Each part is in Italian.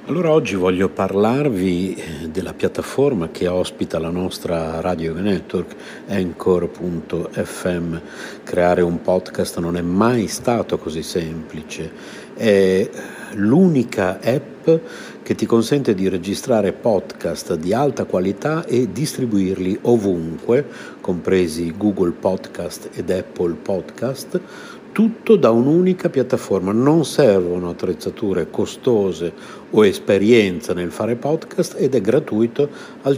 Allora oggi voglio parlarvi della piattaforma che ospita la nostra radio network, Anchor.fm. Creare un podcast non è mai stato così semplice. È l'unica app che ti consente di registrare podcast di alta qualità e distribuirli ovunque, compresi Google Podcast ed Apple Podcast, tutto da un'unica piattaforma. Non servono attrezzature costose o esperienza nel fare podcast ed è gratuito al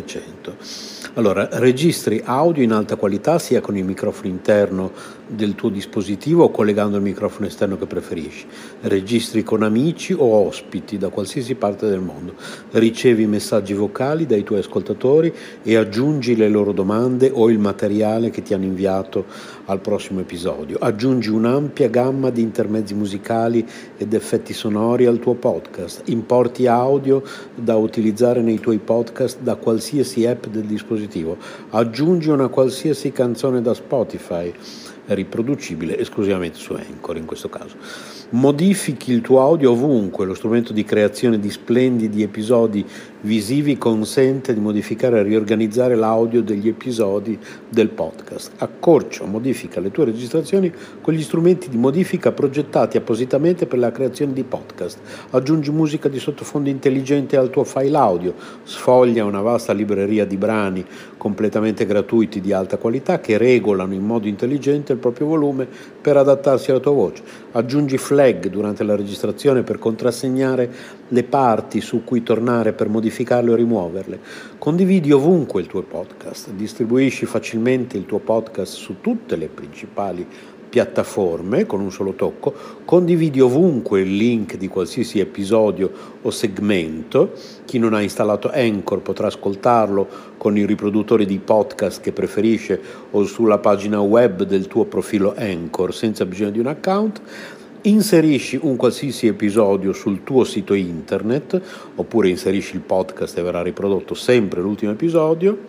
100%. Allora, registri audio in alta qualità sia con il microfono interno del tuo dispositivo o collegando il microfono esterno che preferisci. Registri con amici o ospiti da qualsiasi parte del mondo. Ricevi messaggi vocali dai tuoi ascoltatori e aggiungi le loro domande o il materiale che ti hanno inviato al prossimo episodio. Aggiungi un'ampia gamma di intermezzi musicali ed effetti sonori al tuo podcast. Importi audio da utilizzare nei tuoi podcast da qualsiasi app del dispositivo. Aggiungi una qualsiasi canzone da Spotify, riproducibile esclusivamente su Anchor in questo caso. Modifichi il tuo audio ovunque. Lo strumento di creazione di splendidi episodi visivi consente di modificare e riorganizzare l'audio degli episodi del podcast. Accorcia o modifica le tue registrazioni con gli strumenti di modifica progettati appositamente per la creazione di podcast. Aggiungi musica di sottofondo intelligente al tuo file audio. Sfoglia una vasta libreria di brani completamente gratuiti di alta qualità che regolano in modo intelligente il proprio volume per adattarsi alla tua voce. Aggiungi flag durante la registrazione per contrassegnare le parti su cui tornare per modificarle o rimuoverle. Condividi ovunque il tuo podcast. Distribuisci facilmente il tuo podcast su tutte le principali piattaforme con un solo tocco. Condividi ovunque il link di qualsiasi episodio o segmento. Chi non ha installato Anchor potrà ascoltarlo con i riproduttori di podcast che preferisce o sulla pagina web del tuo profilo Anchor senza bisogno di un account. Inserisci un qualsiasi episodio sul tuo sito internet oppure inserisci il podcast e verrà riprodotto sempre l'ultimo episodio.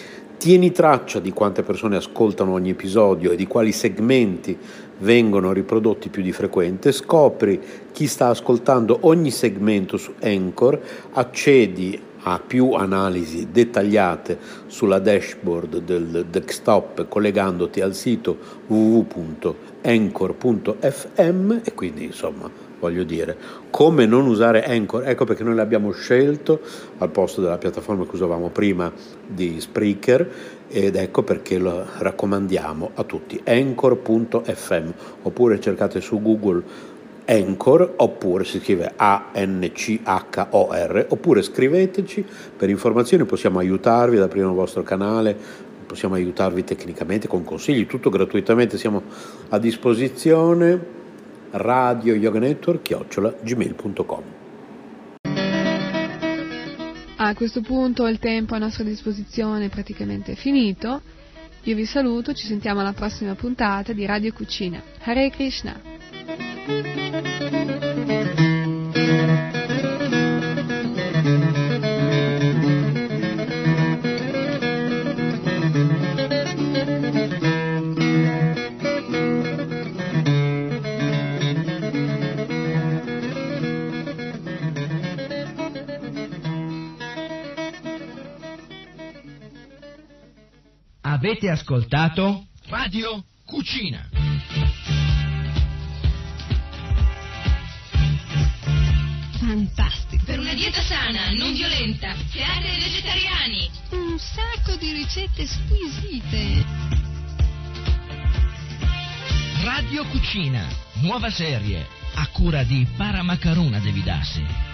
Tieni traccia di quante persone ascoltano ogni episodio e di quali segmenti vengono riprodotti più di frequente. Scopri chi sta ascoltando ogni segmento su Anchor, accedi a più analisi dettagliate sulla dashboard del desktop collegandoti al sito www.anchor.fm e quindi insomma voglio dire come non usare Anchor. Ecco perché noi l'abbiamo scelto al posto della piattaforma che usavamo prima di Spreaker ed ecco perché lo raccomandiamo a tutti. Anchor.fm oppure cercate su Google Anchor oppure si scrive Anchor oppure scriveteci per informazioni, possiamo aiutarvi ad aprire un vostro canale, possiamo aiutarvi tecnicamente con consigli, tutto gratuitamente, siamo a disposizione. Radio Yoga Network @gmail.com. A questo punto il tempo a nostra disposizione è praticamente finito. Io vi saluto, ci sentiamo alla prossima puntata di Radio Cucina. Hare Krishna. Avete ascoltato Radio Cucina. Fantastico. Per una dieta sana, non violenta, creata dai vegetariani. Un sacco di ricette squisite. Radio Cucina, nuova serie, a cura di Paramacaruna Devidasi.